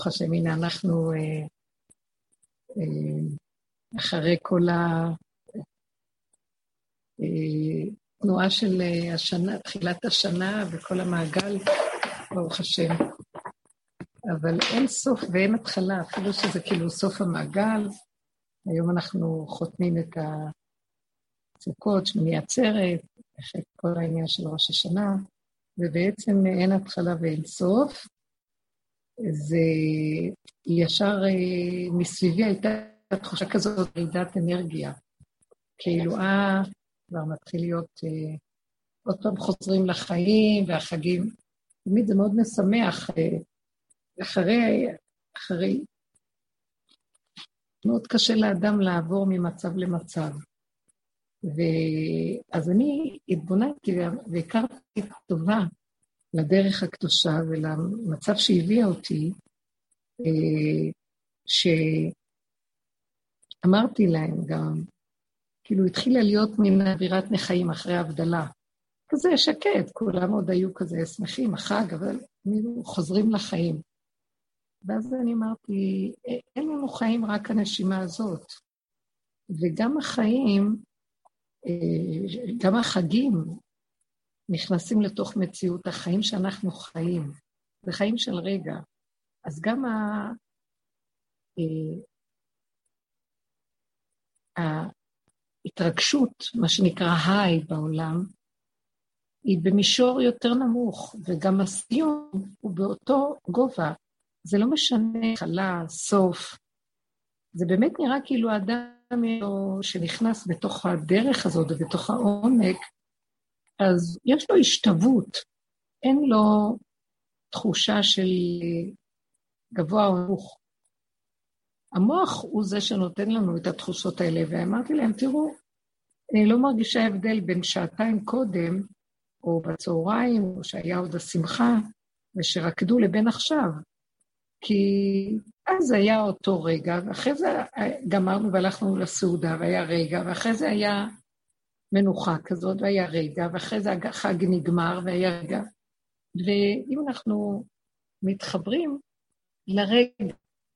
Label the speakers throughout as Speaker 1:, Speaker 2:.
Speaker 1: השם, הנה אנחנו אחרי כל התנועה של השנה, תחילת השנה וכל המעגל, ברוך השם. אבל אין סוף ואין התחלה, אפילו שזה כאילו סוף המעגל. היום אנחנו חותמים את הסוכות, שמיני עצרת, אחרי כל העניין של ראש השנה, ובעצם אין התחלה ואין סוף. זה ישר מסביבי הייתה תחושה כזאת, רעידת אנרגיה. כאילו, כבר מתחיל להיות, עוד פעם חוזרים לחיים והחגים. תמיד זה מאוד משמח, אחרי, מאוד קשה לאדם לעבור ממצב למצב. אז אני התבוננתי והכרתי טובה לדרך הקדושה ולמצב שהביאה אותי, שאמרתי להם גם, כאילו התחילה להיות מן אווירת נחיים אחרי ההבדלה. כזה שקט, כולם עוד היו כזה שמחים, החג, אבל חוזרים לחיים. ואז אני אמרתי, אין לנו חיים רק הנשימה הזאת. וגם החיים, גם החגים, נכנסים לתוך מציאות החיים שאנחנו חיים. זה חיים של רגע. אז גם ההתרגשות, מה שנקרא היי בעולם, היא במישור יותר נמוך, וגם הסיום הוא באותו גובה. זה לא משנה חלה, סוף. זה באמת נראה כאילו האדם שנכנס בתוך הדרך הזאת ובתוך העומק, אז יש לו השתוות, אין לו תחושה של גבוה או נמוך. המוח הוא זה שנותן לנו את התחושות האלה, ואמרתי להם, תראו, אני לא מרגישה הבדל בין שעתיים קודם, או בצהריים, או שהיה עוד השמחה, ושרקדו לבין עכשיו, כי אז היה אותו רגע, ואחרי זה גמרנו והלכנו לסעודה, והיה רגע, ואחרי זה היה מנוחה כזאת, והיה רגע, ואחרי זה החג נגמר, והיה רגע. ואם אנחנו מתחברים לרגע,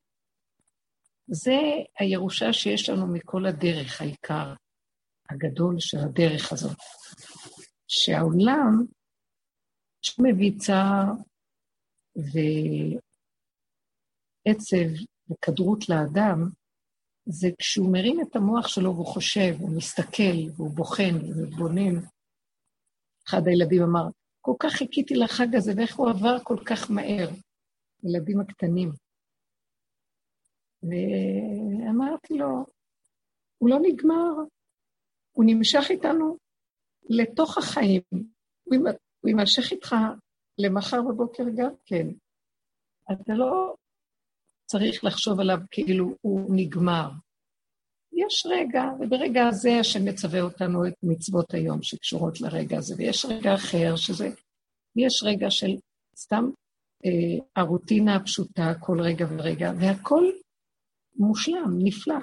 Speaker 1: זה הירושה שיש לנו מכל הדרך, העיקר הגדול של הדרך הזאת. שהעולם שמביא צער ועצב וכדרות לאדם, זה כשהוא מרים את המוח שלו והוא חושב, הוא מסתכל והוא בוחן ומתבונן. אחד הילדים אמר, כל כך חיכיתי לחג הזה ואיך הוא עבר כל כך מהר, ילדים הקטנים. ואמרתי לו, הוא לא נגמר, הוא נמשך איתנו לתוך החיים, הוא יימשך איתך למחר בבוקר גם כן. אתה לא צריך לחשוב עליו כאילו הוא נגמר. יש רגע, וברגע הזה השם מצווה אותנו את מצוות היום שקשורות לרגע הזה, ויש רגע אחר שזה, יש רגע של סתם הרוטינה הפשוטה כל רגע ורגע, והכל מושלם, נפלא.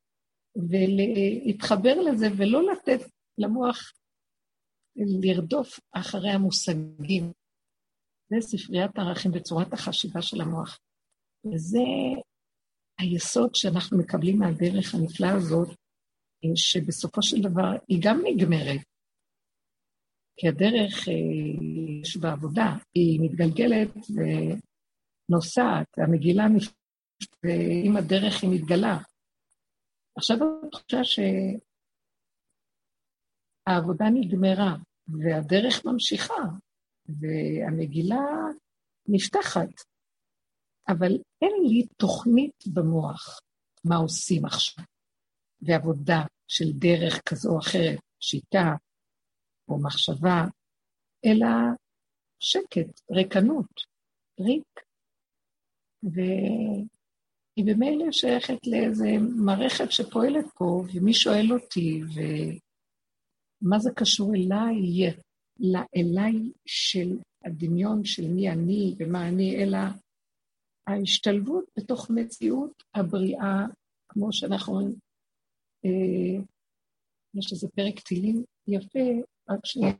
Speaker 1: ולהתחבר לזה ולא לתת למוח לרדוף אחרי המושגים. זה ספריית הערכים בצורת החשיבה של המוח. וזה היסוד שאנחנו מקבלים מהדרך הנפלאה הזאת, שבסופו של דבר היא גם נגמרת. כי הדרך יש בעבודה, היא מתגלגלת ונוסעת, המגילה נפלאת, ועם הדרך היא מתגלה. עכשיו התחושה שהעבודה נגמרה, והדרך ממשיכה, והמגילה נפתחת. אבל אין לי תוכנית במוח מה עושים עכשיו, ועבודה של דרך כזו או אחרת, שיטה או מחשבה, אלא שקט, ריקנות, ריק. והיא במילא שייכת לאיזו מערכת שפועלת פה, ומי שואל אותי, ומה זה קשור אליי, אליי של הדמיון של מי אני ומה אני, אלא ההשתלבות בתוך מציאות הבריאה, כמו שאנחנו רואים, יש איזה פרק תהילים יפה, רק שנייה.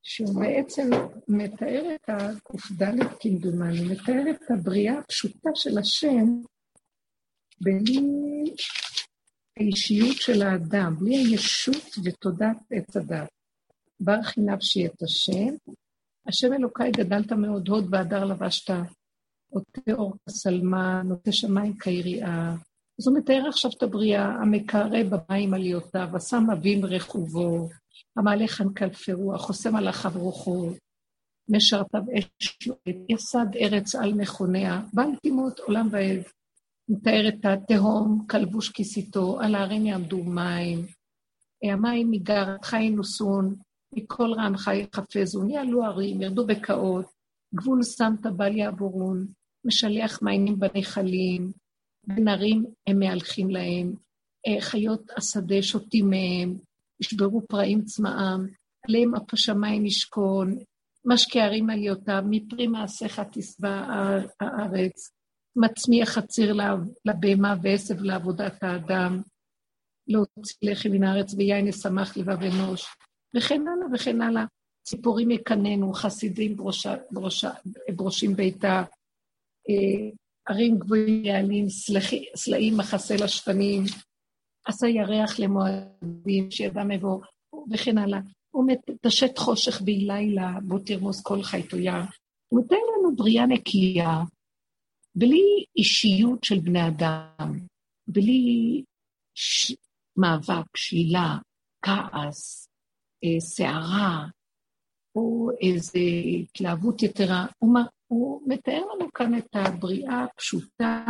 Speaker 1: שהוא בעצם מתאר את הקופדלת כמדומני, מתאר את הבריאה הפשוטה של השם, בלי האישיות של האדם, בלי הישות ותודת עץ הדת. ברך נפשי את השם, השם אלוקיי גדלת מאוד, הוד והדר לבשת, עוטה אור כסלמן, עוטה שמיים כיריעה. אז הוא מתאר עכשיו את הבריאה, המקרא במים עליותיו, השם אבים רכובו, המעלה חנקלפי רוח, חוסם עליו רוחו, משרתיו אש לוהט, יסד ארץ על מכוניה, בעל תימות עולם ועד. מתאר את התהום, כלבוש כיסיתו, על הערים יעמדו מים, המים מגרת חי נוסון, מכל רעמך יחפזון, יעלו ערים, ירדו בקעות, גבול שמת בל יעבורון, משלח מים בנחלים, בנרים הם מהלכים להם, חיות השדה שותים מהם, ישברו פרעים צמאם, עליהם אף השמיים ישכון, משקי ערים עליותיו, מפרי מעשיך תשבע הארץ, מצמיח חציר לבהמה ועשב לעבודת האדם, להוציא לחם מן הארץ ויין ישמח לבב אנוש, וכן הלאה וכן הלאה. ציפורים יקננו, חסידים ברושים ביתה, ערים גבוהים יעלים, סלעים מחסה לשפנים, עשה ירח למועדים, שידם מבוא, וכן הלאה. הוא מתשת חושך בלילה, בו תרמוס כל חייתויה. הוא נותן לנו בריאה נקייה, בלי אישיות של בני אדם, בלי מאבק, שלילה, כעס, שערה, או איזו התלהבות יתרה. הוא מתאר לנו כאן את הבריאה הפשוטה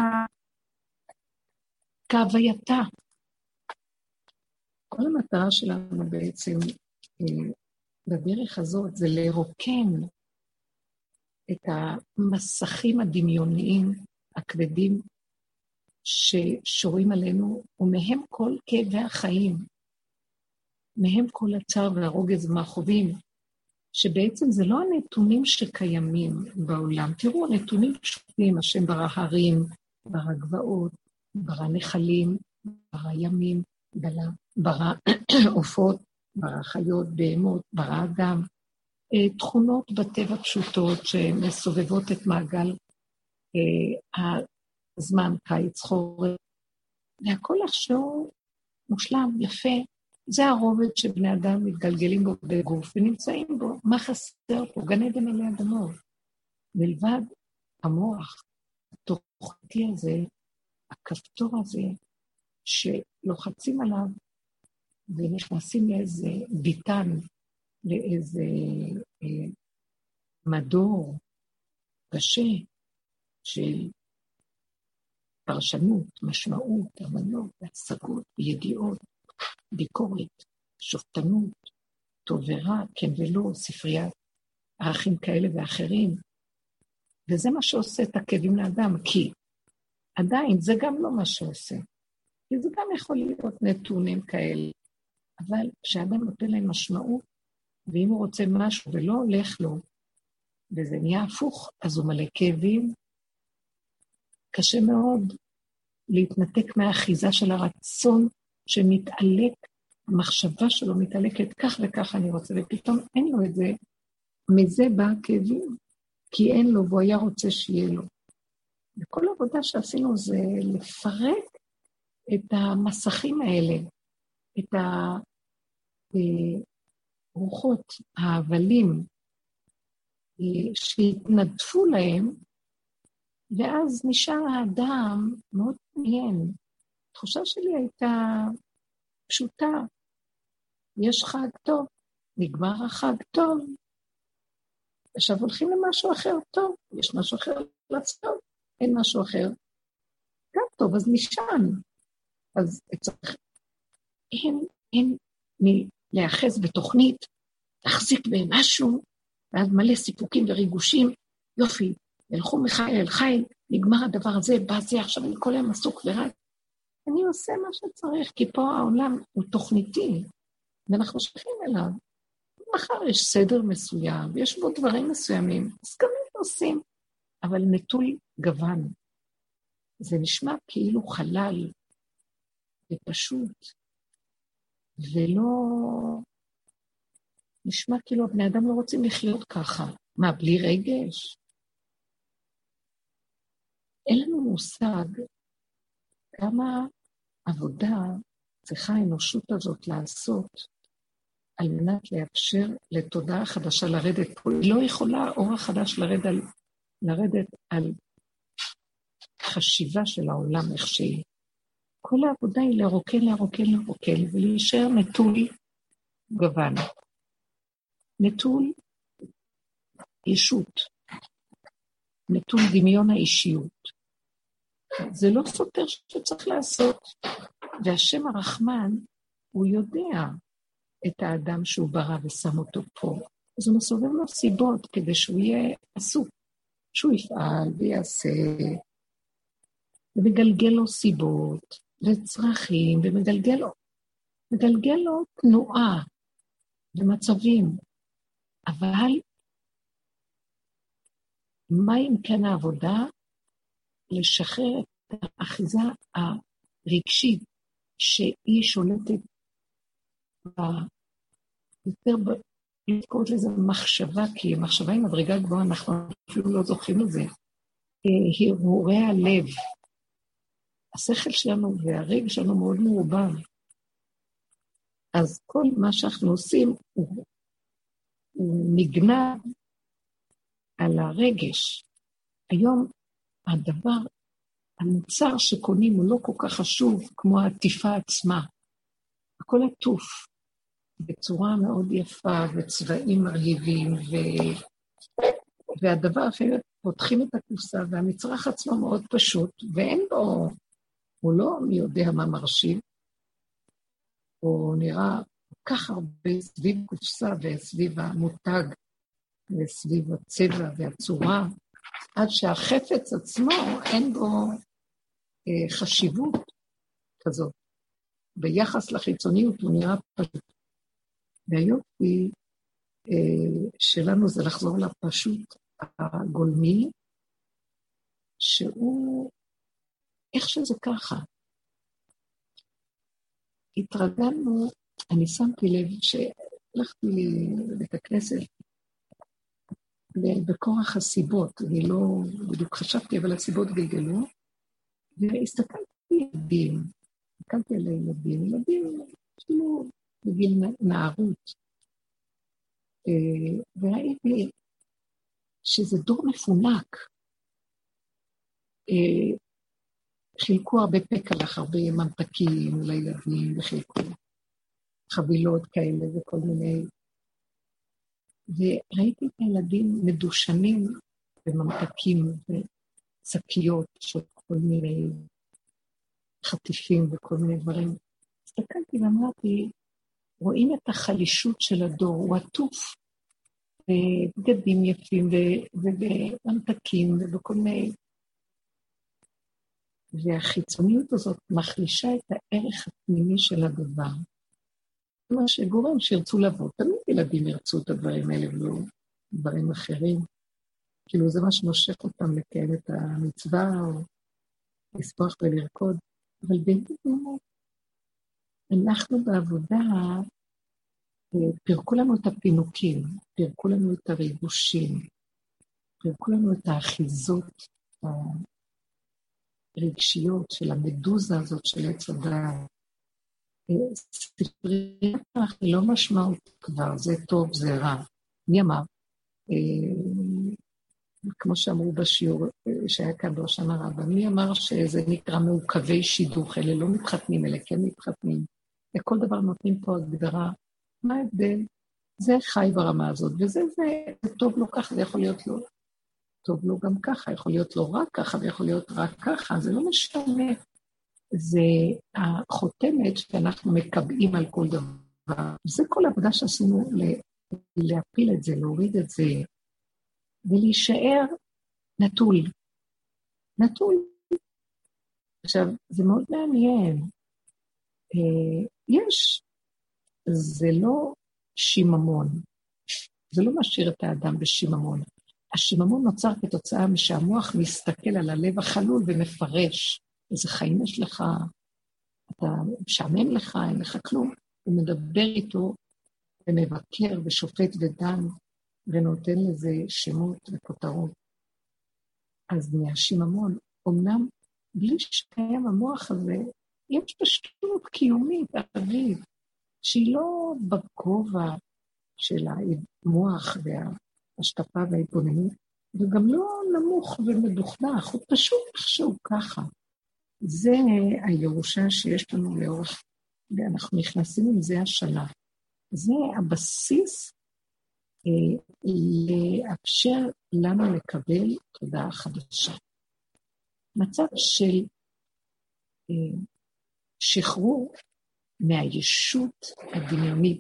Speaker 1: כהווייתה. כל המטרה שלנו בעצם בדרך הזאת זה לרוקן את המסכים הדמיוניים הכבדים ששורים עלינו, ומהם כל כאבי החיים, מהם כל הצער והרוגז והמכאובים, שבעצם זה לא הנתונים שקיימים בעולם. תראו, הנתונים פשוטים, השם ברא הרים, ברא גבעות, ברא נחלים, ברא ימים, ברא עופות, ברא חיות, בהמות, ברא אדם, תכונות בטבע פשוטות שמסובבות את מעגל הזמן, קיץ, חורף, והכל עכשיו מושלם, יפה. זה הרובד שבני אדם מתגלגלים בו בגוף ונמצאים בו. מה חסר פה? גן עדן עלי אדמות. מלבד המוח התוכנתי הזה, הכפתור הזה, שלוחצים עליו ונכנסים לאיזה ביטן, לאיזה מדור קשה של פרשנות, משמעות, אמנות, השגות, ידיעות, ביקורת, שופטנות, טוב ורע, כן ולא, ספריית ערכים כאלה ואחרים. וזה מה שעושה את הכאבים לאדם, כי עדיין זה גם לא מה שעושה. כי זה גם יכול להיות נתונים כאלה. אבל כשאדם נותן להם משמעות, ואם הוא רוצה משהו ולא הולך לו, וזה נהיה הפוך, אז הוא מלא כאבים. קשה מאוד להתנתק מהאחיזה של הרצון שמתעלק, המחשבה שלו מתעלקת כך וכך אני רוצה, ופתאום אין לו את זה, מזה בא הכאבים, כי אין לו, והוא היה רוצה שיהיה לו. וכל העבודה שעשינו זה לפרק את המסכים האלה, את הרוחות, ההבלים, שהתנדפו להם, ואז נשאר האדם מאוד מעניין. התחושה שלי הייתה פשוטה, יש חג טוב, נגמר החג טוב, עכשיו הולכים למשהו אחר טוב, יש משהו אחר לצטוב, אין משהו אחר, גם טוב, אז נשען. אז צריך, אין להיאחז בתוכנית, להחזיק במשהו, ואז מלא סיפוקים וריגושים, יופי, ילכו מחיל אל חיל, נגמר הדבר הזה, בא זה עכשיו, אני כל היום עסוק ורק, אני עושה מה שצריך, כי פה העולם הוא תוכניתי, ואנחנו שייכים אליו. מחר יש סדר מסוים, ויש בו דברים מסוימים, אז גם הם עושים, אבל נטול גוון. זה נשמע כאילו חלל, ופשוט, ולא נשמע כאילו הבני אדם לא רוצים לחיות ככה. מה, בלי רגש? אין לנו מושג כמה עבודה צריכה האנושות הזאת לעשות על מנת לאפשר לתודעה חדשה לרדת פה. היא לא יכולה אור החדש לרדת על חשיבה של העולם איך שהיא. כל העבודה היא לרוקן ולהישאר נטול גוון. נטול ישות. נטול דמיון האישיות. זה לא סותר שצריך לעשות. והשם הרחמן, הוא יודע את האדם שהוא ברא ושם אותו פה. אז הוא מסובב לו סיבות כדי שהוא יהיה עסוק. שהוא יפעל ויעשה, ומגלגל לו סיבות וצרכים, ומגלגל לו תנועה ומצבים. אבל מה אם כן העבודה? לשחרר את האחיזה הרגשית שהיא שולטת יותר לקרוא לזה מחשבה, כי מחשבה היא מדרגה גבוהה, אנחנו אפילו לא זוכים לזה. היא הרהורי הלב. השכל שלנו והרגש שלנו מאוד מעורבב. אז כל מה שאנחנו עושים הוא נגנב על הרגש. היום הדבר, המוצר שקונים הוא לא כל כך חשוב כמו העטיפה עצמה. הכל עטוף בצורה מאוד יפה וצבעים מרהיבים, והדבר אפילו פותחים את הקופסה, והמצרך עצמו מאוד פשוט, ואין בו, הוא לא מי יודע מה מרשים, הוא נראה כך הרבה סביב קופסה וסביב המותג, וסביב הצבע והצורה, עד שהחפץ עצמו אין בו חשיבות כזאת. ביחס לחיצוניות הוא נראה פשוט. והיופי שלנו זה לחזור לפשוט הגולמי, שהוא איך שזה ככה. התרגלנו, אני שמתי לב שהלכתי לבית הכנסת בכורח הסיבות, אני לא בדיוק חשבתי, אבל הסיבות גלגלו, והסתכלתי על הילדים, כאילו בגיל נערות, וראיתי שזה דור מפונק, חילקו הרבה פקלח, הרבה ממתקים לילדים, וחילקו חבילות כאלה וכל מיני, וראיתי את הילדים מדושנים בממתקים ושקיות של כל מיני חטיפים וכל מיני דברים. הסתכלתי ואמרתי, רואים את החלישות של הדור, הוא עטוף בבגדים יפים ובממתקים ובכל מיני, והחיצוניות הזאת מחלישה את הערך הפנימי של הדבר. מה שגורם שירצו לבוא, תמיד ילדים ירצו את הדברים האלה ולא דברים אחרים, כאילו זה מה שמושך אותם לקיים את המצווה או לספוח ולרקוד, אבל באמת אנחנו בעבודה פירקו לנו את הפינוקים, פירקו לנו את הריגושים, פירקו לנו את האחיזות הרגשיות של המדוזה הזאת של עץ הדעת. ספריית היא לא משמעות כבר, זה טוב, זה רע. מי אמר? כמו שאמרו בשיעור שהיה כאן בראשון הרבה, מי אמר שזה נקרא מעוכבי שידוך, אלה לא מתחתנים, אלה כן מתחתנים. לכל דבר נותנים פה הגדרה. מה ההבדל? זה חי ברמה הזאת, וזה טוב לו ככה, זה יכול להיות לו טוב לו גם ככה, יכול להיות לו רק ככה, ויכול להיות רק ככה, זה לא משנה. זה החותמת שאנחנו מקבעים על כל דבר. זה כל העבודה שעשינו להפיל את זה, להוריד את זה, ולהישאר נטול. נטול. עכשיו, זה מאוד מעניין. זה לא שיממון. זה לא משאיר את האדם בשיממון. השיממון נוצר כתוצאה משהמוח מסתכל על הלב החלול ומפרש. איזה חיים יש לך, אתה משעמם לך, אין לך כלום. הוא מדבר איתו, ומבקר ושופט ודן, ונותן לזה שמות וכותרות. אז נהיה שיממון. אמנם בלי שקיים המוח הזה, יש פשטות קיומית, ערבית, שהיא לא בגובה של המוח וההשקפה וההתבוננות, וגם לא נמוך ומדוכדך, הוא פשוט איכשהו ככה. זה הירושה שיש לנו לאורך, ואנחנו נכנסים עם זה השנה. זה הבסיס לאפשר לנו לקבל תודעה חדשה. מצב של שחרור מהישות הדמיונית,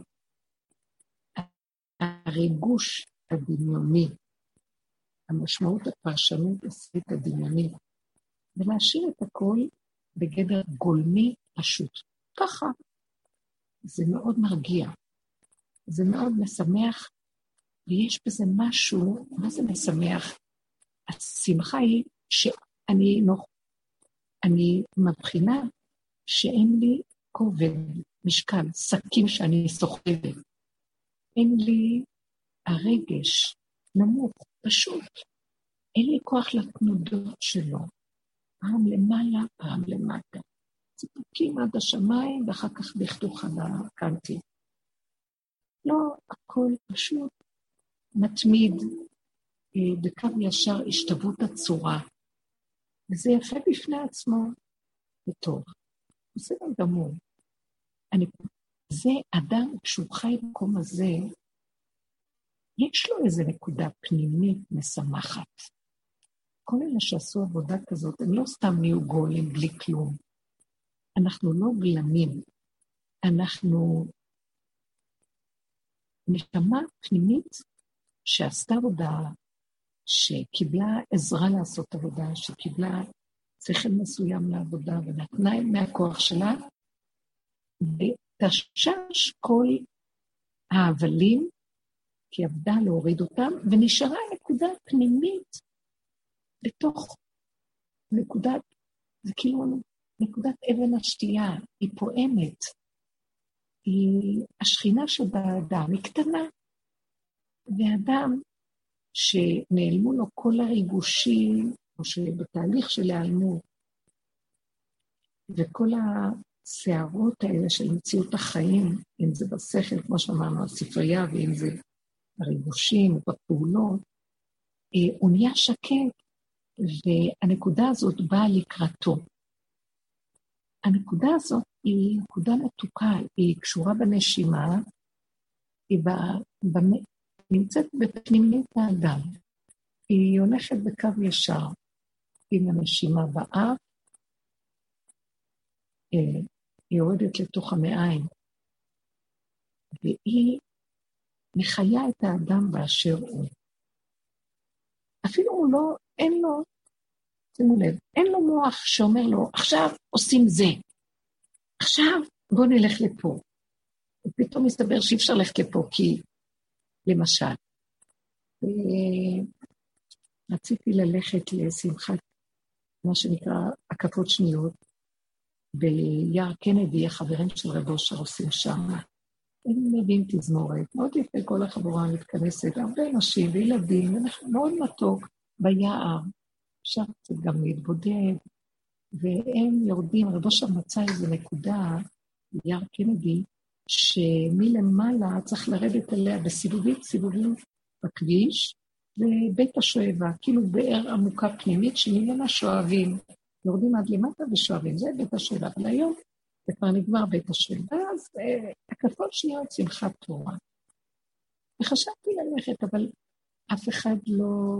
Speaker 1: הריגוש הדמיוני, המשמעות הפרשנות הסביבית הדמיונית, ולהשאיר את הכל בגדר גולמי פשוט. ככה. זה מאוד מרגיע. זה מאוד משמח, ויש בזה משהו, מה זה משמח? השמחה היא שאני מבחינה שאין לי כובד, משקל, שקים שאני סוחבת. אין לי הרגש נמוך, פשוט. אין לי כוח לתנודות שלו. פעם למעלה, פעם למטה. ציפוקים עד השמיים, ואחר כך דכדוך על הקנטים. לא, הכל פשוט מתמיד בקו ישר השתוות הצורה. וזה יפה בפני עצמו, וטוב. זה גם גמור. זה אדם, כשהוא חי במקום הזה, יש לו איזו נקודה פנימית משמחת. כל אלה שעשו עבודה כזאת, הם לא סתם נהיו גולים בלי כלום. אנחנו לא גלמים, אנחנו נשמה פנימית שעשתה עבודה, שקיבלה עזרה לעשות עבודה, שקיבלה שכל מסוים לעבודה, ונתנה מהכוח שלה, ותשש כל ההבלים, כי עבדה להוריד אותם, ונשארה נקודה פנימית, בתוך נקודת, זה כאילו נקודת אבן השתייה, היא פועמת, היא השכינה שבאדם, היא קטנה, ואדם שנעלמו לו כל הריגושים, או שבתהליך של העלמות, וכל השערות האלה של מציאות החיים, אם זה בשכל, כמו שאמרנו, הספרייה, ואם זה הריגושים בפעולות, הוא נהיה שקט, והנקודה הזאת באה לקראתו. הנקודה הזאת היא נקודה מתוקה, היא קשורה בנשימה, היא נמצאת בפנימיות האדם, היא הולכת בקו ישר, עם הנשימה באף, היא יורדת לתוך המעיים, והיא מחיה את האדם באשר הוא. אפילו הוא לא, אין לו, שימו לב, אין לו מוח שאומר לו, עכשיו עושים זה, עכשיו בוא נלך לפה. ופתאום מסתבר שאי אפשר ללכת לפה, כי למשל, רציתי ללכת לשמחת, מה שנקרא, הקפות שניות, ביער קנדי, החברים של רב אושר עושים שם. הם מביאים תזמורת, מאוד יפה, כל החבורה מתכנסת, הרבה נשים וילדים, מאוד מתוק ביער, אפשר קצת גם להתבודד, והם יורדים, רב אושר מצא איזו נקודה, ביער קנדי, שמלמעלה צריך לרדת עליה בסיבובים בכביש, ובית השואבה, כאילו באר עמוקה פנימית, שממנה שואבים, יורדים עד למטה ושואבים, זה בית השואבה, אבל היום זה כבר נגמר בית השואבה, אז הקפות שניות שמחת תורה. וחשבתי ללכת, אבל אף אחד לא,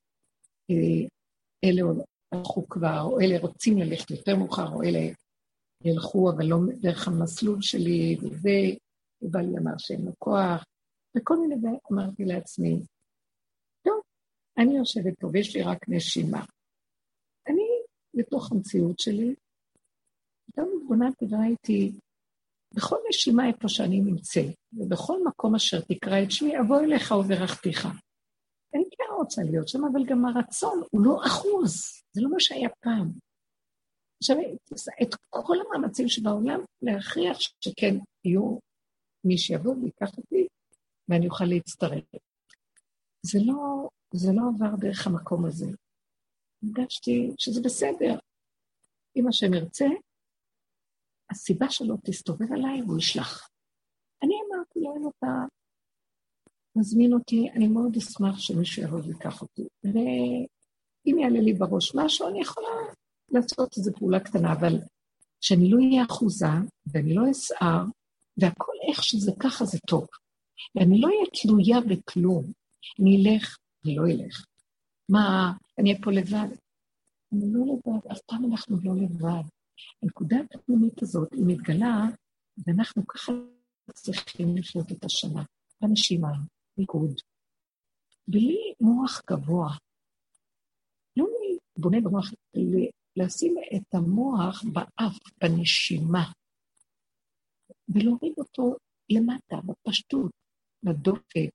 Speaker 1: אלה הלכו כבר, או אלה רוצים ללכת יותר מאוחר, או אלה ילכו, אבל לא דרך המסלול שלי, וזה, ובא לי אמר שאין לו כוח, וכל מיני, אמרתי לעצמי, טוב, אני יושבת פה, ויש לי רק נשימה. אני, בתוך המציאות שלי, גם התבוננתי וראיתי, בכל נשימה איפה שאני נמצא, ובכל מקום אשר תקרא את שמי, אבוא אליך וברכתיך. אני כן רוצה להיות שם, אבל גם הרצון הוא לא אחוז, זה לא מה שהיה פעם. עכשיו, את כל המאמצים שבעולם, להכריח שכן יהיו מי שיבוא ויקח אותי, ואני אוכל להצטרף. זה לא עבר דרך המקום הזה. הרגשתי שזה בסדר. אם השם ירצה, הסיבה שלו תסתובב עליי, הוא ישלח. אני אמרתי לו, אין אותה, מזמין אותי, אני מאוד אשמח שמישהו יבוא ויקח אותי. ואם יעלה לי בראש משהו, אני יכולה לעשות איזו פעולה קטנה, אבל שאני לא אהיה אחוזה, ואני לא אסער, והכל איך שזה ככה זה טוב. ואני לא אהיה תלויה בכלום. אני אלך, אני לא אלך. מה, אני אהיה פה לבד? אני לא לבד, אף פעם אנחנו לא לבד. הנקודה הפנימית הזאת היא מתגלה, ואנחנו ככה צריכים לחיות את השנה. בנשימה, ריקוד. בלי מוח גבוה. לא בונה במוח, לשים את המוח באף, בנשימה, ולהוריד אותו למטה, בפשטות, בדופק,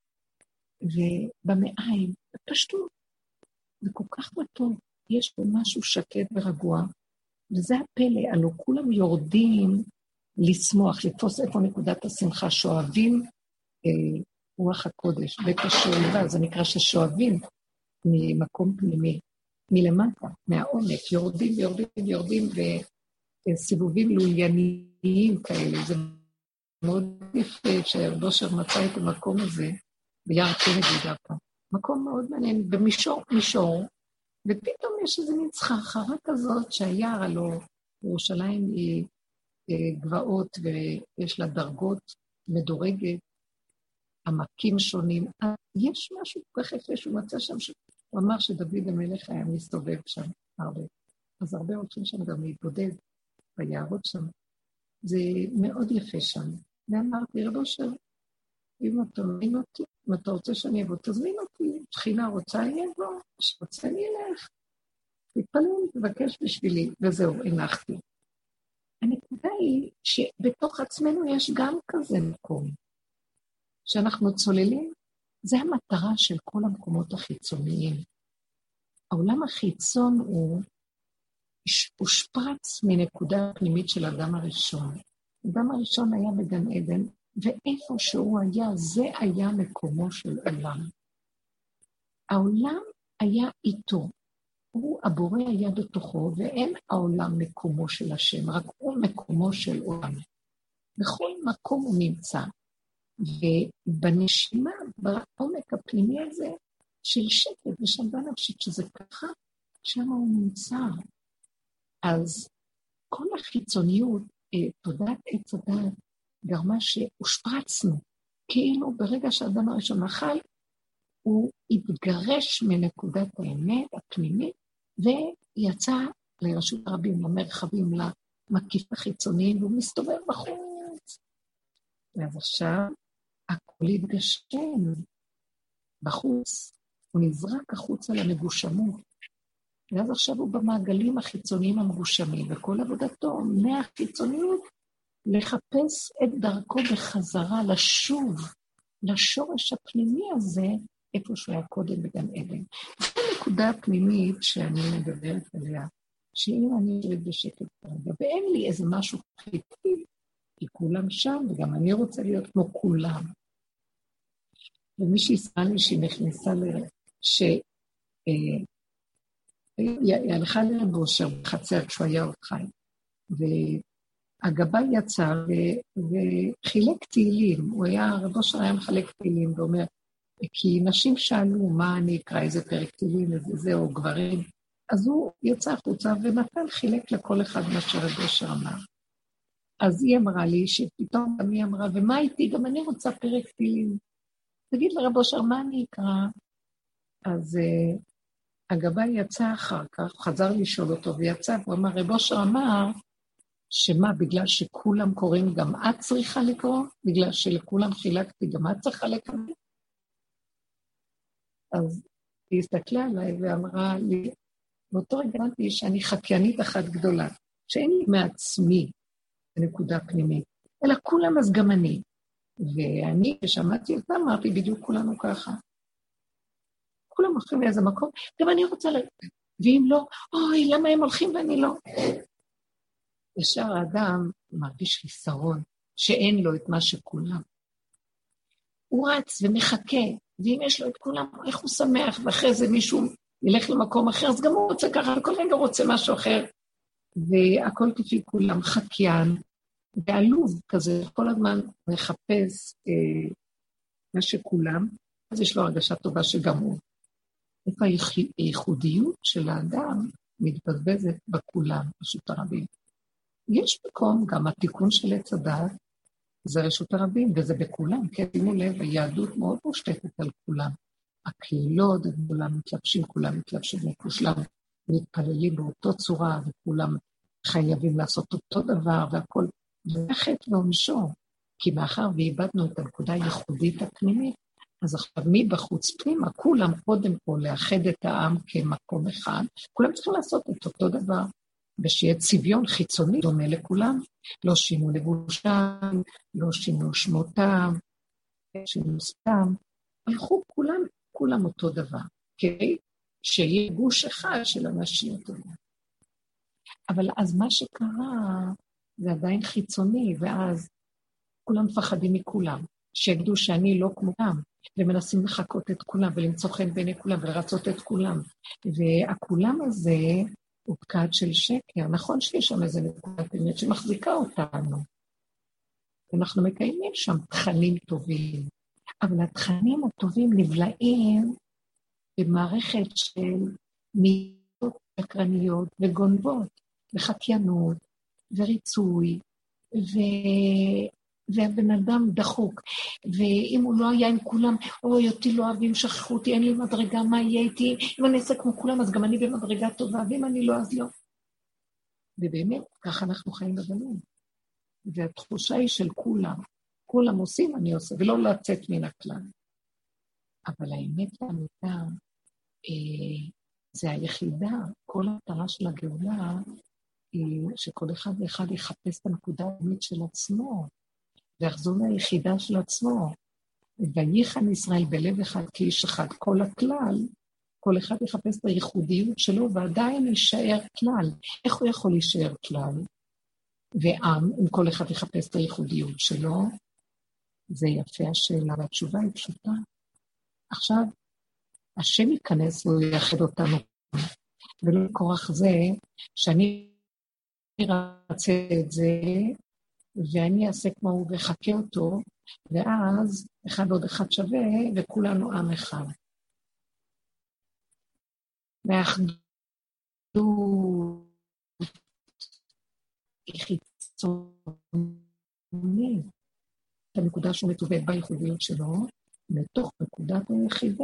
Speaker 1: ובמעיים, בפשטות. זה כל כך מתוק, יש פה משהו שקט ורגוע, וזה הפלא, הלא כולם יורדים לשמוח, לתפוס איפה נקודת השמחה, שואבים רוח הקודש, בית השואבה, זה נקרא ששואבים ממקום פנימי, מלמטה, מהעומק, יורדים, וסיבובים לולייניים כאלה, זה מאוד יפה שהרבושר מצא את המקום הזה, ביער קנדי דווקא, מקום מאוד מעניין, במישור, ופתאום יש איזו מין סחרחרה כזאת שהיער הלא, ירושלים היא גבעות ויש לה דרגות מדורגת, עמקים שונים, יש משהו כך יפה שהוא מצא שם, הוא אמר שדוד המלך היה מסתובב שם הרבה, אז הרבה הולכים שם גם להתבודד ביערות שם, זה מאוד יפה שם, ואמרתי רבושר, אם אתה מבין אותי, אם אתה רוצה שאני אבוא, תזמין אותי, שכינה רוצה אני אבוא, שרוצה אני אלך, תתפלל, תבקש בשבילי, וזהו, הנחתי. הנקודה היא שבתוך עצמנו יש גם כזה מקום, שאנחנו צוללים, זה המטרה של כל המקומות החיצוניים. העולם החיצון הוא הושפרץ מנקודה פנימית של האדם הראשון. האדם הראשון היה בגן עדן, ואיפה שהוא היה, זה היה מקומו של עולם. העולם היה איתו, הוא הבורא היה בתוכו, ואין העולם מקומו של השם, רק הוא מקומו של עולם. בכל מקום הוא נמצא, ובנשימה, בעומק הפנימי הזה, של שקט ושלווה נפשית, שזה ככה, שם הוא נמצא. אז כל החיצוניות, תודעת עץ הדעת, גרמה שהושפרצנו, כאילו ברגע שהאדם הראשון אכל, הוא התגרש מנקודת האמת הפנימית, ויצא לרשות הרבים, למרחבים, למקיף החיצוניים, והוא מסתובב בחוץ. ואז עכשיו, הכל התגשם בחוץ, הוא נזרק החוצה למגושמות, ואז עכשיו הוא במעגלים החיצוניים המגושמים, וכל עבודתו מהחיצוניות, לחפש את דרכו בחזרה, לשוב, לשורש הפנימי הזה, איפה שהוא היה קודם בגן עדן. זו הנקודה הפנימית שאני מדברת עליה, שאם אני יושבת בשקט כרגע, ואין לי איזה משהו חיצוני, כי כולם שם, וגם אני רוצה להיות כמו כולם. ומי שיסמן לי שהיא נכנסה היא הלכה לרבושר בחצר כשהוא היה עוד חי, והגבאי יצא וחילק תהילים, רבושר היה מחלק תהילים ואומר, כי נשים שאלו מה אני אקרא, איזה פרק תהילים, איזה או גברים, אז הוא יצא החוצה ונתן חילק לכל אחד מה שרבושר אמר. אז היא אמרה לי שפתאום גם היא אמרה, ומה איתי? גם אני רוצה פרק תהילים. תגיד לרבושר מה אני אקרא? אז הגבאי יצא אחר כך, חזר לשאול אותו ויצא, והוא אמר, רבושר אמר, שמה, בגלל שכולם קוראים, גם את צריכה לקרוא? בגלל שלכולם חילקתי, גם את צריכה לקרוא? אז היא הסתכלה עליי ואמרה לי, באותו רגע אמרתי שאני חקיינית אחת גדולה, שאין לי מעצמי בנקודה פנימית, אלא כולם אז גם אני. ואני, כששמעתי אותה, אמרתי בדיוק כולנו ככה. כולם הולכים לאיזה מקום, גם אני רוצה ואם לא, אוי, למה הם הולכים ואני לא? ישר האדם מרגיש חיסרון, שאין לו את מה שכולם. הוא רץ ומחכה, ואם יש לו את כולם, איך הוא שמח, ואחרי זה מישהו ילך למקום אחר, אז גם הוא רוצה ככה, וכל רגע רוצה משהו אחר, והכל כפי כולם, חקיין, ועלוב כזה, כל הזמן מחפש מה שכולם, אז יש לו הרגשה טובה שגם הוא. איפה הייחודיות של האדם מתבזבזת בכולם, פשוט הרבים. יש מקום, גם התיקון של עץ הדעת, זה רשות הרבים, וזה בכולם, כי שימו לב, היהדות מאוד מושתתת על כולם. הקהילות, כולם מתלבשים, כולם מתלבשים לכושלם, מתפללים באותו צורה, וכולם חייבים לעשות אותו דבר, והכל, זה חטא ועונשו, כי מאחר ואיבדנו את הנקודה הייחודית הפנימית, אז עכשיו מבחוץ פנימה, כולם קודם כל לאחד את העם כמקום אחד, כולם צריכים לעשות את אותו דבר, ושיהיה צביון חיצוני דומה לכולם, לא שינו לבושם, לא שינו שמותם, שינו סתם, הלכו כולם אותו דבר, כדי שיהיה גוש אחד של אנשים אותו דבר. אבל אז מה שקרה, זה עדיין חיצוני, ואז כולם מפחדים מכולם, שיגדו שאני לא כמותם, ומנסים לחכות את כולם, ולמצוא חן בעיני כולם, ולרצות את כולם. והכולם הזה הוא פקד של שקר. נכון שיש שם איזה נקודת אמת שמחזיקה אותנו. אנחנו מקיימים שם תכנים טובים, אבל התכנים הטובים נבלעים במערכת של מידות שקרניות וגונבות, וחקיינות, וריצוי, והבן אדם דחוק, ואם הוא לא היה עם כולם, אוי, אותי לא אוהבים, שכחו אותי, אין לי מדרגה, מה יהיה איתי? אם אני אעשה כמו כולם, אז גם אני במדרגה טובה, ואם אני לא, אז לא. ובאמת, ככה אנחנו חיים בגלות. והתחושה היא של כולם עושים, אני עושה, ולא לצאת מן הכלל. אבל האמת והאמיתה, זה היחידה, כל המטרה של הגאולה, היא שכל אחד ואחד יחפש את הנקודה האמית של עצמו, ויחזור ליחידה של עצמו, וייחן ישראל בלב אחד כאיש אחד, כל הכלל, כל אחד יחפש את הייחודיות שלו, ועדיין יישאר כלל. איך הוא יכול להישאר כלל? ועם, אם כל אחד יחפש את הייחודיות שלו, זה יפה השאלה, והתשובה היא פשוטה. עכשיו, השם ייכנס ויחד אותנו, ולא כורח זה, שאני רצה את זה, ואני אעשה כמו הוא וחכה אותו, ואז אחד עוד אחד שווה, וכולנו עם אחד. והאחדות היא חיצונית, הנקודה שהוא מטובע בייחודיות שלו, מתוך נקודת היחידה,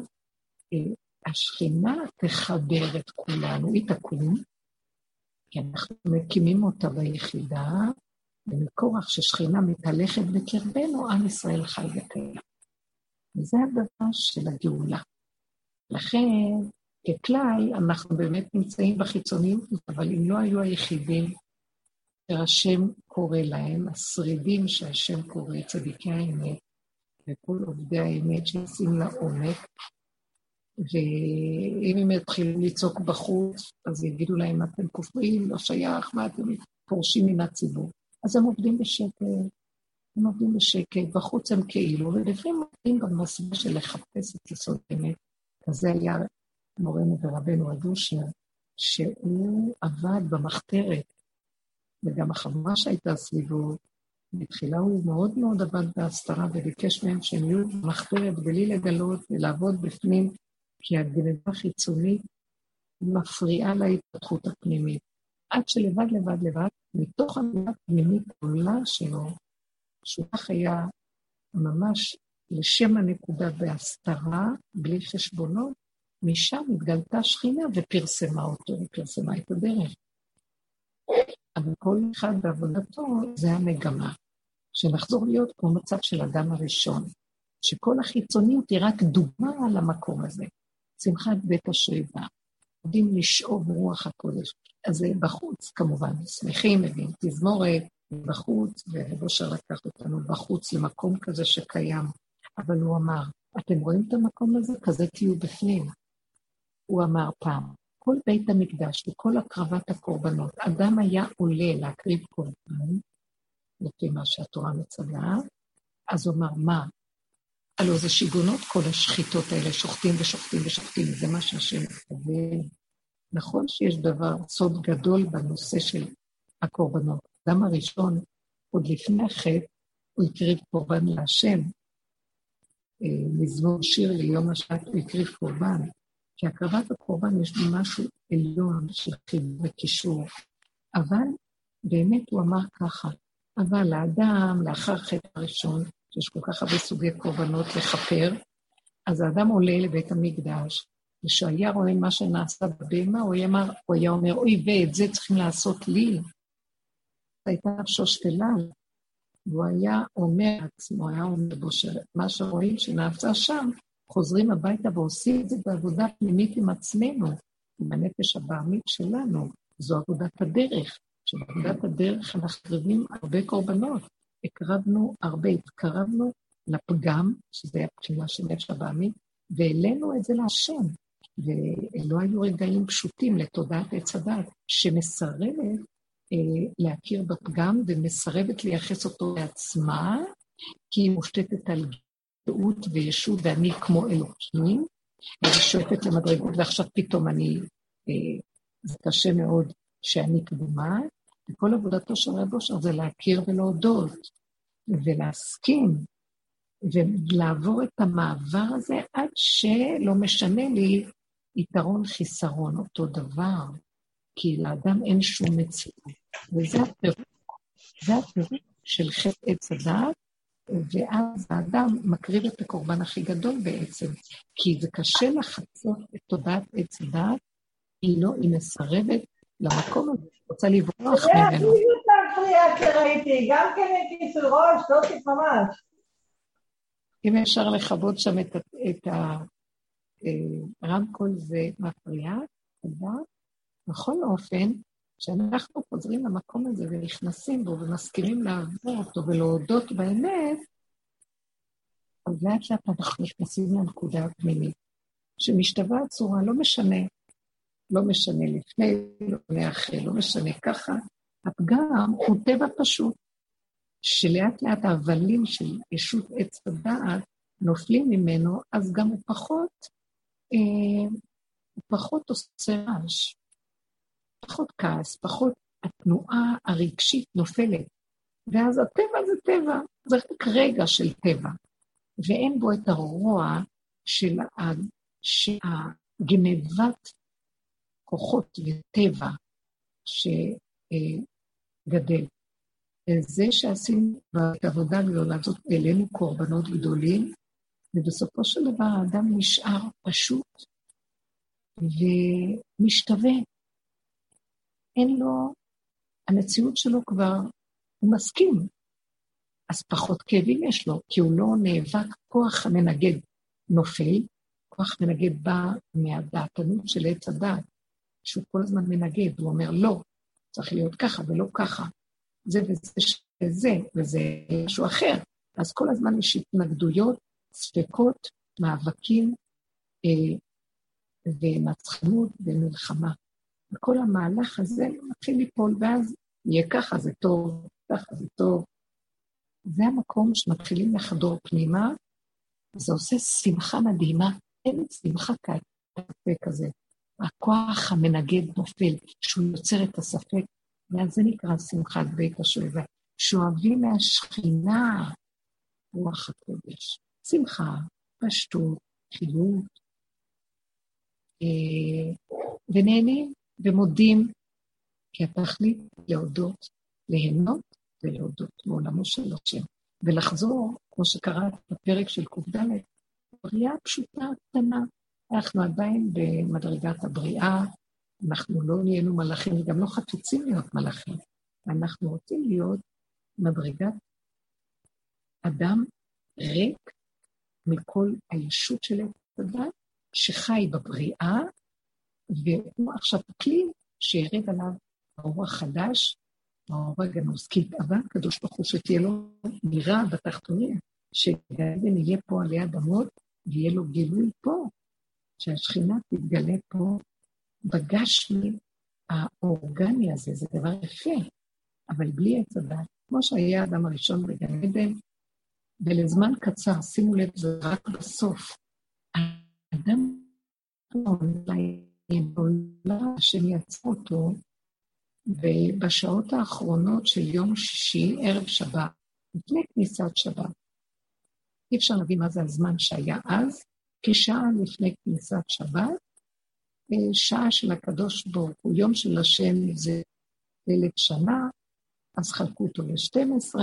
Speaker 1: השכינה תחבר את כולנו, היא תקום, כי אנחנו מקימים אותה ביחידה, ומכורח ששכינה מתהלכת בקרבנו, עם ישראל חי וקיים. וזה הדבר של הגאולה. לכן, ככלל, אנחנו באמת נמצאים בחיצוניות, אבל אם לא היו היחידים שהשם קורא להם, השרידים שהשם קורא, צדיקי האמת, וכל עובדי האמת שעושים לעומק, ואם הם יתחילו לצעוק בחוץ, אז יגידו להם, אתם כופרים, לא שייך, מה אתם פורשים מן הציבור. אז הם עובדים בשקט, בחוץ הם כאילו, ולפעמים עובדים במסע של לחפש את יסוד האמת. אז זה היה מורנו ורבנו הדושר, שהוא עבד במחתרת, וגם החברה שהייתה סביבו, בתחילה הוא מאוד מאוד עבד בהסתרה, וביקש מהם שהם יהיו במחתרת בלי לגלות ולעבוד בפנים, כי הגנבה החיצונית מפריעה להתפתחות הפנימית. עד שלבד, מתוך הנקודה הפנימית העולה שלו, שהוא כך היה ממש לשם הנקודה בהסתרה, בלי חשבונות, משם התגלתה שכינה ופרסמה אותו, ופרסמה את הדרך. אבל כל אחד בעבודתו זה המגמה, שנחזור להיות כמו מצב של אדם הראשון, שכל החיצוניות היא רק דוגמה על המקום הזה. שמחת בית השריבה, יודעים לשאוב רוח הקודש. אז זה בחוץ כמובן, שמחים, מביאים תזמורת בחוץ, ובושר לקח אותנו בחוץ למקום כזה שקיים. אבל הוא אמר, אתם רואים את המקום הזה? כזה תהיו בפנים. הוא אמר פעם, כל בית המקדש וכל הקרבת הקורבנות, אדם היה עולה להקריב קורבן, לפי מה שהתורה מצווה, אז הוא אמר, מה? הלוא זה שיגונות כל השחיתות האלה, שוחטים ושוחטים ושוחטים, זה מה שהשם מתכוון. נכון שיש דבר, סוד גדול בנושא של הקורבנות. אדם הראשון, עוד לפני החטא, הוא הקריב קורבן להשם. מזמור שיר ליום השעת הוא הקריב קורבן. כי הקרבת הקורבן יש לי משהו עליון של חיבור וקישור. אבל באמת הוא אמר ככה, אבל האדם לאחר חטא הראשון, שיש כל כך הרבה סוגי קורבנות לכפר, אז האדם עולה לבית המקדש, ושהיה רואה מה שנעשה בבהמה, הוא היה אומר, אוי ואת זה צריכים לעשות לי. הייתה נפשו שפלה, והוא היה אומר עצמו, היה אומר בו שמה שרואים שנעשה שם, חוזרים הביתה ועושים את זה בעבודה פנימית עם עצמנו, עם הנפש הבעמית שלנו. זו עבודת הדרך, שבעבודת הדרך אנחנו הקרבים הרבה קורבנות, הקרבנו הרבה, התקרבנו לפגם, שזה היה בחינה של נפש הבעמית, והעלינו את זה להשם, ולא היו רגעים פשוטים לתודעת עץ הדת, שמסרבת להכיר בפגם, ומסרבת לייחס אותו לעצמה, כי היא מושתתת על גאות וישות, ואני כמו אלוקים, ואני שואפת למדרגות, ועכשיו פתאום זה קשה מאוד שאני קדומה, וכל עבודתו של רב אושר זה להכיר ולהודות, ולהסכים, ולעבור את המעבר הזה, עד שלא משנה לי יתרון חיסרון, אותו דבר, כי לאדם אין שום מציאות. וזה הפירוק של חטא עץ הדעת, ואז האדם מקריב את הקורבן הכי גדול בעצם, כי זה קשה לחצות את תודעת עץ הדעת, היא מסרבת למקום הזה, רוצה לברוח ממנו.
Speaker 2: זה בדיוק להפריע שראיתי, גם כן הייתי של ראש, לא תיק ממש.
Speaker 1: אם אפשר לכבות שם את הרמקול זה מפריע, בכל אופן, כשאנחנו חוזרים למקום הזה ונכנסים בו ומסכימים לעבור אותו ולהודות באמת, אז לאט לאט אנחנו נכנסים לנקודה הפנימית, שמשתווה הצורה, לא משנה לפני, לא משנה אחרי, לא משנה ככה, הפגם הוא טבע פשוט, שלאט לאט ההבלים של ישות עץ הדעת נופלים ממנו, אז גם הוא פחות עושה רעש, פחות כעס, פחות התנועה הרגשית נופלת, ואז הטבע זה טבע, זה רק רגע של טבע, ואין בו את הרוע של הגנבת כוחות וטבע שגדל. זה שעשינו את העבודה הגדולה הזאת, אלינו קורבנות גדולים, ובסופו של דבר האדם נשאר פשוט ומשתווה. אין לו, המציאות שלו כבר, הוא מסכים, אז פחות כאבים יש לו, כי הוא לא נאבק, כוח המנגד נופל, כוח מנגד בא מהדעתנות של עץ הדעת, שהוא כל הזמן מנגד, הוא אומר לא, צריך להיות ככה ולא ככה, זה וזה משהו אחר, אז כל הזמן יש התנגדויות, ספקות, מאבקים ומצחנות ומלחמה. וכל המהלך הזה מתחיל ליפול, ואז יהיה ככה, זה טוב, ככה זה טוב. זה המקום שמתחילים לחדור פנימה, זה עושה שמחה מדהימה, אין שמחה כזה. הכוח המנגד נופל, שהוא יוצר את הספק, ואז זה נקרא שמחת בית השואבה, שואבים מהשכינה, רוח הקודש, שמחה, פשטות, חיות, ונהנים ומודים, כי התכלית להודות, ליהנות ולהודות מעולמו של השם, ולחזור, כמו שקראת בפרק של ק"ד, בריאה פשוטה קטנה, אנחנו עדיין במדרגת הבריאה, אנחנו לא נהיינו מלאכים, וגם לא חפצים להיות מלאכים, אנחנו רוצים להיות מדרגת אדם ריק מכל הישות של הדת, שחי בבריאה, והוא עכשיו כלי שירד עליו האור החדש, האור הגנוז, כי התאווה הקדוש ברוך הוא שתהיה לו נראה בתחתונים, שגאדן יהיה פה עלי אדמות, ויהיה לו גילוי פה, שהשכינה תתגלה פה בגשמי האורגני הזה, זה דבר יפה, אבל בלי עץ הדת, כמו שהיה האדם הראשון בגן עדן, ולזמן קצר, שימו לב, זה רק בסוף. האדם נולד שיצא אותו, ובשעות האחרונות של יום שישי, ערב שבת, לפני כניסת שבת, אי אפשר להבין מה זה הזמן שהיה אז, כשעה לפני כניסת שבת, שעה של הקדוש ברוך הוא, יום של השם זה 1,000 שנה, אז חלקו אותו ל-12,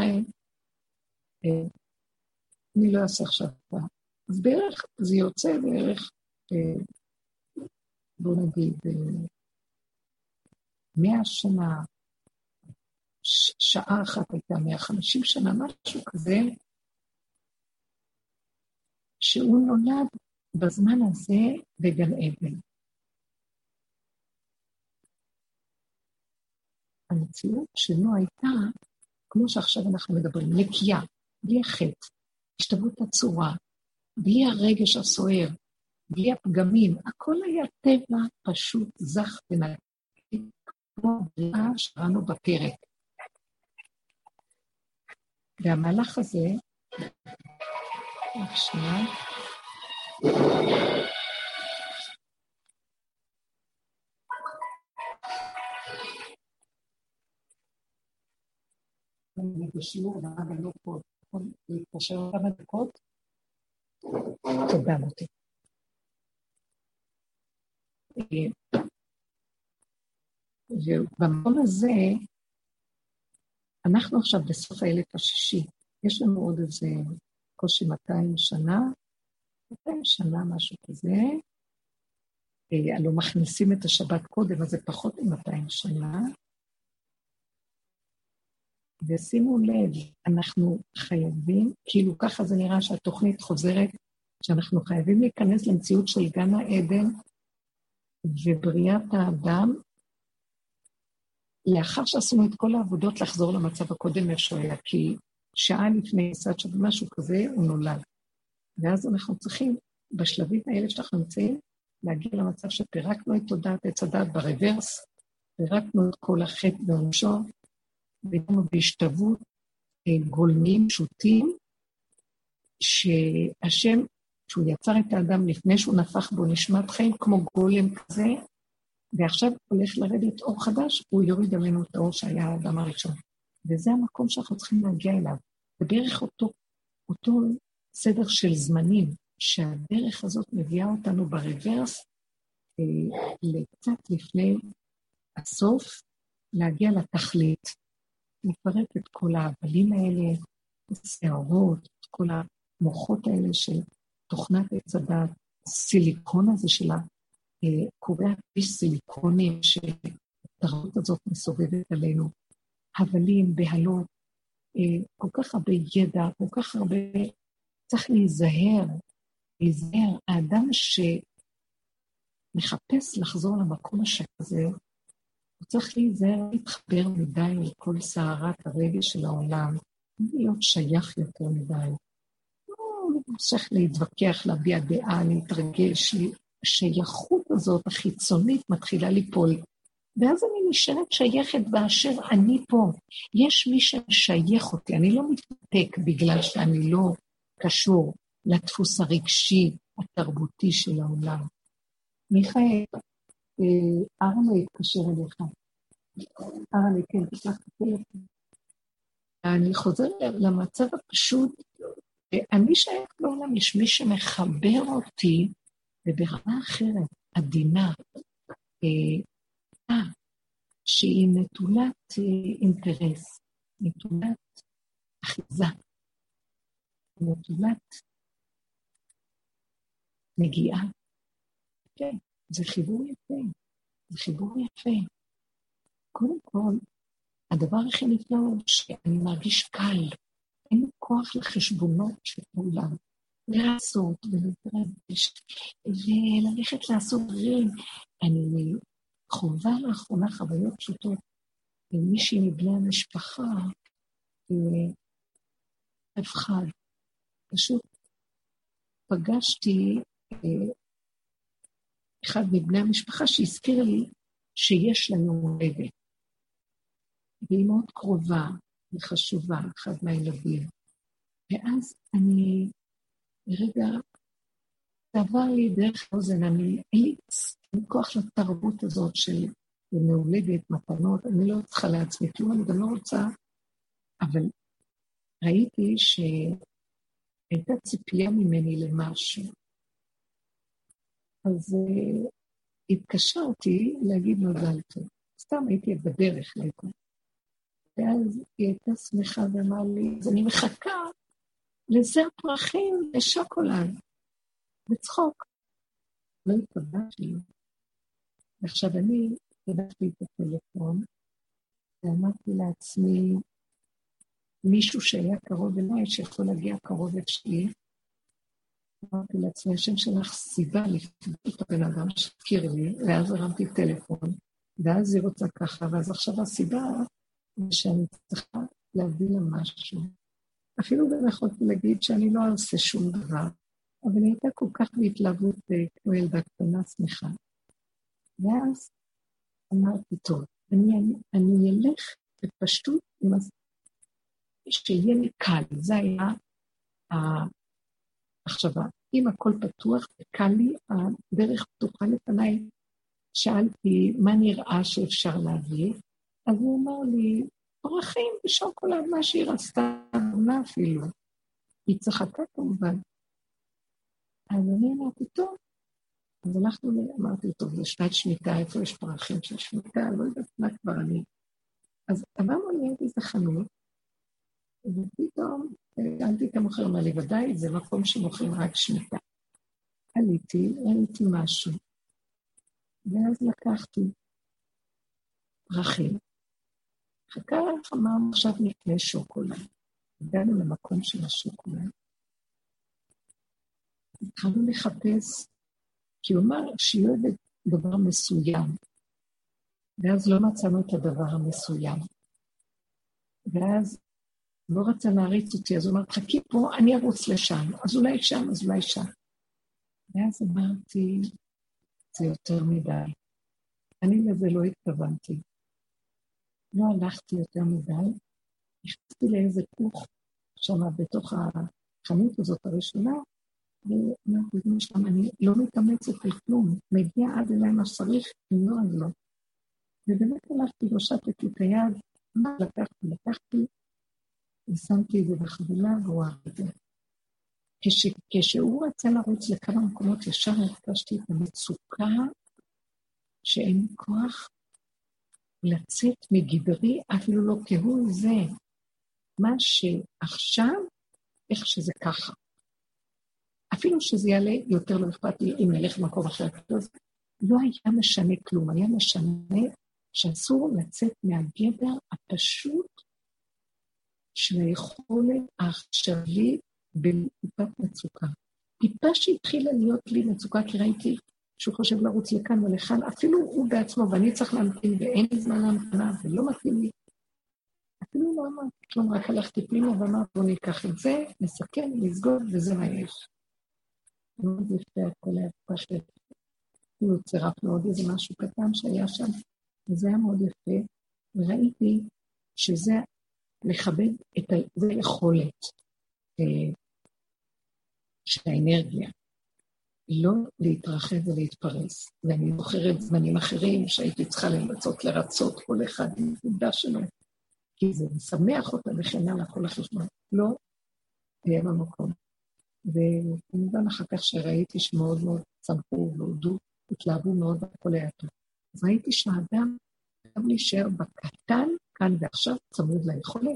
Speaker 1: אני לא אעשה עכשיו, אז בערך, זה יוצא בערך, בוא נגיד, 100 שנה, שעה אחת הייתה 150 שנה, משהו כזה, שהוא נולד בזמן הזה בגן עדן. המציאות שלו הייתה, כמו שעכשיו אנחנו מדברים, נקייה, בלי החטא, השתוות הצורה, בלי הרגש הסוער, בלי הפגמים, הכל היה טבע פשוט זך ונקי, כמו בריאה שראינו בפרק. והמהלך הזה, שנייה, אני בשיעור, אבל לא פה, להתקשר כמה דקות, תודה מותי. ובמקום הזה, אנחנו עכשיו בסוף 1006, יש לנו עוד איזה קושי 200 שנה, 200 שנה משהו כזה, הלא מכניסים את השבת קודם, אז זה פחות מ-200 שנה, ושימו לב, אנחנו חייבים, כאילו ככה זה נראה שהתוכנית חוזרת, שאנחנו חייבים להיכנס למציאות של גן העדן ובריאת האדם, לאחר שעשינו את כל העבודות לחזור למצב הקודם איפה היה, כי שעה לפני כניסת שבת משהו כזה הוא נולד. ואז אנחנו צריכים, בשלבים האלה שאנחנו נמצאים, להגיע למצב שפירקנו את תודעת עץ הדת ברוורס, פירקנו את כל החטא ועונשו, והיינו בהשתוות גולמים פשוטים, שהשם, שהוא יצר את האדם לפני שהוא נפח בו נשמת חיים, כמו גולם כזה, ועכשיו הולך לרדת אור חדש, הוא יוריד עלינו את האור שהיה האדם הראשון. וזה המקום שאנחנו צריכים להגיע אליו. ובערך אותו סדר של זמנים, שהדרך הזאת מביאה אותנו ברוורס, לקצת לפני הסוף, להגיע לתכלית. לפרק את כל העבלים האלה, את השערות, את כל המוחות האלה של תוכנת עץ הדת, הסיליקון הזה של קורא הכביש סיליקונים, שהתרבות הזאת מסובבת עלינו, הבלים, בהלות, כל כך הרבה ידע, כל כך הרבה, צריך להיזהר, האדם שמחפש לחזור למקום השכזה, הוא צריך להיזהר, להתחבר מדי לכל סערת הרגש של העולם, להיות שייך יותר מדי. הוא צריך להתווכח, להביע דעה, להתרגש, השייכות הזאת החיצונית מתחילה ליפול. ואז אני נשארת שייכת באשר אני פה. יש מי ששייך אותי, אני לא מתנתק בגלל שאני לא קשור לדפוס הרגשי, התרבותי של העולם. מיכאל, ארנה יתקשר אליך. ארנה, כן, תשלח את הטלפון. אני חוזר למצב הפשוט, אני שייך בעולם, יש מי שמחבר אותי, וברמה אחרת, עדינה, שהיא נטולת אינטרס, נטולת אחיזה, נטולת נגיעה. כן, זה חיבור יפה, זה חיבור יפה. קודם כל, הדבר הכי נפלא הוא שאני מרגיש קל, אין לי כוח לחשבונות של העולם, לעשות ולדרש, וללכת לעשות דברים. אני חובה לאחרונה חוויות פשוטות, ומישהי מבני המשפחה, אחד, פשוט פגשתי אחד מבני המשפחה שהזכיר לי שיש לנו הולדת, והיא מאוד קרובה וחשובה, אחד מהילדים, ואז אני, רגע, זה עבר לי דרך האוזן, אין לי כוח לתרבות הזאת של מעולדת, מתנות, אני לא צריכה לעצמי כלום, אני גם לא רוצה, אבל ראיתי שהייתה ציפייה ממני למשהו. אז התקשרתי להגיד מזל טוב. סתם הייתי בדרך לפה. ואז היא הייתה שמחה ואמרה לי, אז אני מחכה לזר פרחים לשוקולד. בצחוק. לא התקבלתי. ועכשיו אני הבאתי את הטלפון, ואמרתי לעצמי, מישהו שהיה קרוב אליי, שיכול להגיע קרוב אצלי, אמרתי לעצמי, השם שלך סיבה לפנות את הבן אדם שתכיר לי, ואז הרמתי טלפון, ואז היא רוצה ככה, ואז עכשיו הסיבה שאני צריכה להביא לה משהו. אפילו גם יכולתי להגיד שאני לא אעשה שום דבר, אבל היא הייתה כל כך בהתלהבות כמו ילדה קטנה שמחה. ואז אמרתי, טוב, אני אלך בפשטות, שיהיה לי קל, זה היה המחשבה. אם הכל פתוח, קל לי, הדרך פתוחה לפניי, שאלתי מה נראה שאפשר להביא, אז הוא אמר לי, פרחים בשוקולד, מה שהיא רצתה, מה אפילו. היא צחקה כמובן. אז אני אמרתי, טוב. אז אמרתי, טוב, זה שנת שמיטה, איפה יש פרחים של שמיטה, לא יודעת מה כבר אני. אז אמרנו לי, איזה חנות, ופתאום, שאלתי את המוכר, אמר לי, ודאי, זה מקום שמוכרים רק שמיטה. עליתי, ראיתי משהו, ואז לקחתי פרחים. חכה לך, אמרנו, עכשיו נקנה שוקולד. הגענו למקום של השוקולד. התחלנו לחפש, כי הוא אמר שהיא אוהבת דבר מסוים, ואז לא מצאנו את הדבר המסוים. ואז לא רצה להריץ אותי, אז הוא אמר, חכי פה, אני ארוץ לשם, אז אולי שם, אז אולי שם. ואז אמרתי, זה יותר מדי. אני לזה לא התכוונתי. לא הלכתי יותר מדי, נכנסתי לאיזה כוך שם בתוך החנות הזאת הראשונה, ואמרתי, אני לא מתאמצת על כלום, מגיע עד אליי מה שצריך, אם לא, אז לא. ובאמת הלכתי, הושטתי את היד, מה לקחתי, ושמתי את זה בחבילה, והוא אהב את זה. כשהוא רצה לרוץ לכמה מקומות, ישר הרגשתי את המצוקה, שאין לי כוח לצאת מגדרי, אפילו לא כהוא זה. מה שעכשיו, איך שזה ככה. אפילו שזה יעלה יותר לא אכפת לי, אם נלך למקום אחר, לא היה משנה כלום, היה משנה שאסור לצאת מהגדר הפשוט של היכולת העכשווית בטיפת מצוקה. טיפה שהתחילה להיות לי מצוקה, כי ראיתי שהוא חושב לרוץ לכאן ולכאן, אפילו הוא בעצמו, ואני צריך להמתין, ואין לי זמן להמתנה, ולא מתאים לי. אפילו לא אמרתי כלום, רק הלכתי פנימה ואמרתי, בוא ניקח את זה, נסכם, נסגור, וזה מה יש. מאוד יפה, הכל היה פשט. הוא צירפנו עוד איזה משהו קטן שהיה שם, וזה היה מאוד יפה, וראיתי שזה לכבד זה יכולת של האנרגיה, לא להתרחב ולהתפרס. ואני זוכרת זמנים אחרים שהייתי צריכה לרצות כל אחד עם עובדה שלו, כי זה משמח אותה וכן הלאה כל החשבון. לא תהיה במקום. וכמובן אחר כך שראיתי שמאוד מאוד צמחו והודו, התלהבו מאוד בכל היה טוב. אז ראיתי שהאדם גם להישאר בקטן, כאן ועכשיו, צמוד ליכולת,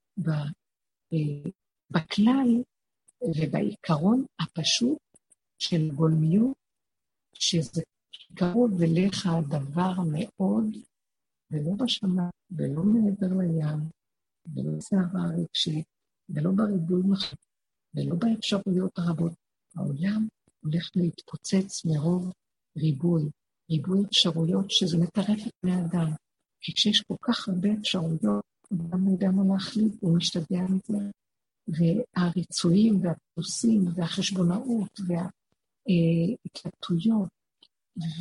Speaker 1: בכלל ובעיקרון הפשוט של גולמיות, שזה קרוב אליך הדבר מאוד, ולא בשמה, ולא מעבר לים, ולא סערה רגשית, ולא בריבוי מחר, ולא באפשרויות הרבות. העולם הולך להתפוצץ מרוב ריבוי אפשרויות שזה מטרף את בני אדם. כי כשיש כל כך הרבה אפשרויות, אדם יודע מה להחליט, הוא משתגע מזה. והריצויים והפלוסים והחשבונאות וההתלבטויות,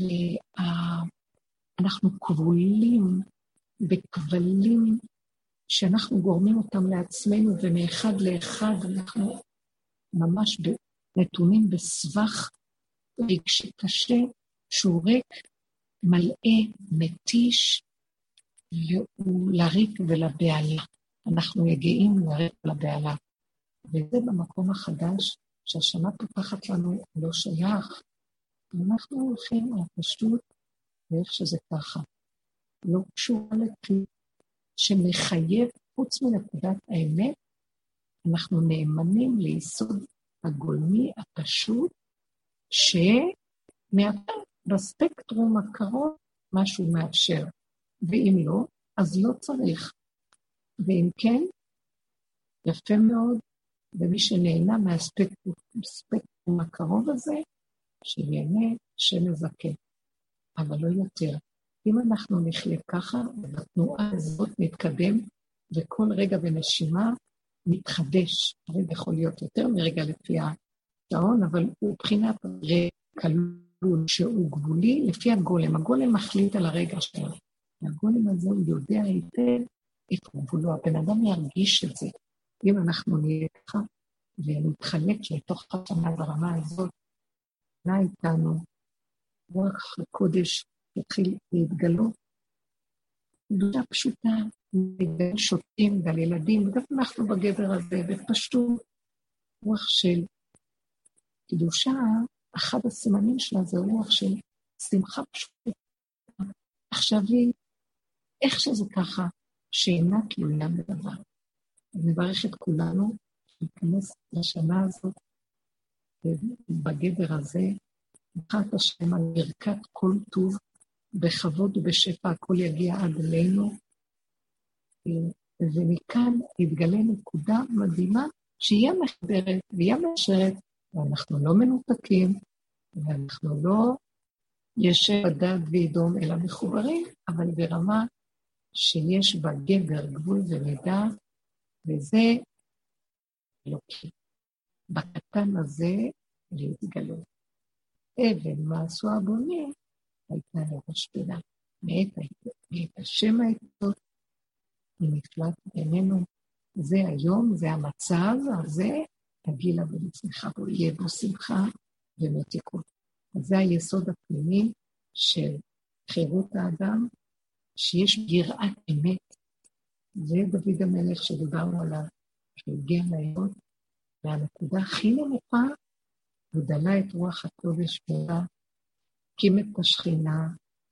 Speaker 1: ואנחנו כבולים בכבלים שאנחנו גורמים אותם לעצמנו, ומאחד לאחד אנחנו ממש נתונים בסבך רגשי קשה, שהוא ריק, מלא, מתיש, והוא לריק ולבעלה. אנחנו מגיעים לריק ולבעלה. וזה במקום החדש, שהשנה פותחת לנו לא שייך. אנחנו הולכים לפשוט, ואיך שזה ככה. לא קשור לכלי שמחייב, חוץ מנקודת האמת, אנחנו נאמנים ליסוד הגולמי הפשוט, שמאפשר בספקטרום הקרוב משהו מאפשר. ואם לא, אז לא צריך. ואם כן, יפה מאוד, ומי שנהנה מהספקטרום הקרוב הזה, שיהנה, שמזכה. אבל לא יותר. אם אנחנו נחיה ככה, בתנועה הזאת נתקדם, וכל רגע בנשימה מתחדש. הרגע יכול להיות יותר מרגע לפי השעון, אבל הוא בחינת רגע כלול שהוא גבולי לפי הגולם. הגולם מחליט על הרגע שלו. והגולם הזה הוא יודע היטב איפה גבולו. הבן אדם ירגיש את זה. אם אנחנו נהיה ככה, ונתחלק לתוך השנה ברמה הזאת, נע איתנו, רוח הקודש יתחיל להתגלות, קדושה פשוטה, לגבי שוטים ועל ילדים, וגם אנחנו בגדר הזה, בפשטות, רוח של קדושה, אחד הסימנים שלה זה רוח של שמחה פשוטה. עכשיו היא, איך שזה ככה, שאינה תלויה בדבר. נברך את כולנו, להיכנס לשנה הזאת, בגדר הזה, ברכת השם על ברכת כל טוב, בכבוד ובשפע הכל יגיע עד אלינו, ומכאן יתגלה נקודה מדהימה, שיהיה מחברת ויהיה משרת, ואנחנו לא מנותקים, ואנחנו לא ישב בדד וידום אלא מחוברים, אבל ברמה שיש בה גדר, גבול ומידע, וזה אלוקי. בקטן הזה להתגלות. אבן מה עשו הבונים, הייתה השפלה. מאת השם העצות, היא נפלט בינינו. זה היום, זה המצב הזה, תגיע לה ולצמחה בו, יהיה בו שמחה ומתיקות. אז זה היסוד הפנימי של חירות האדם, שיש יראת אמת. זה דוד המלך שדיברנו עליו, שהגיע להיות, והנקודה הכי נמוכה, הוא דלה את רוח הקודש שלה, הקים את השכינה,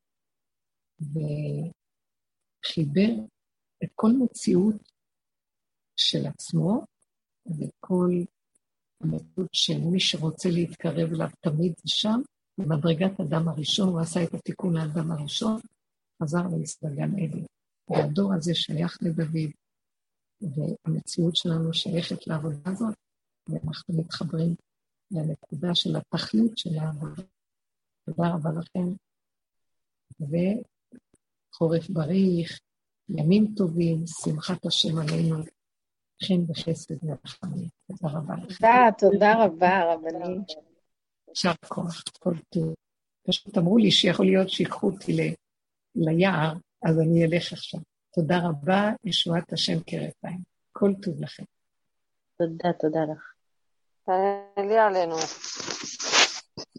Speaker 1: וחיבר את כל מציאות של עצמו, וכל המציאות של מי שרוצה להתקרב אליו תמיד שם, במדרגת אדם הראשון, הוא עשה את התיקון לאדם הראשון, חזר להסתגן עדן. והדור הזה שייך לדוד, והמציאות שלנו שייכת לעבודה הזאת, ואנחנו מתחברים לנקודה של התכלית של העבודה. תודה רבה לכם, וחורף בריך, ימים טובים, שמחת השם עלינו, חן וחסד ורחמים. תודה רבה לכם.
Speaker 3: תודה רבה, רבנית.
Speaker 1: יישר כוח, כל טוב. פשוט אמרו לי שיכול להיות שיקחו אותי ליער, אז אני אלך עכשיו. תודה רבה, ישועת השם כרפיים. כל טוב לכם.
Speaker 3: תודה לך.
Speaker 4: תעלי עלינו.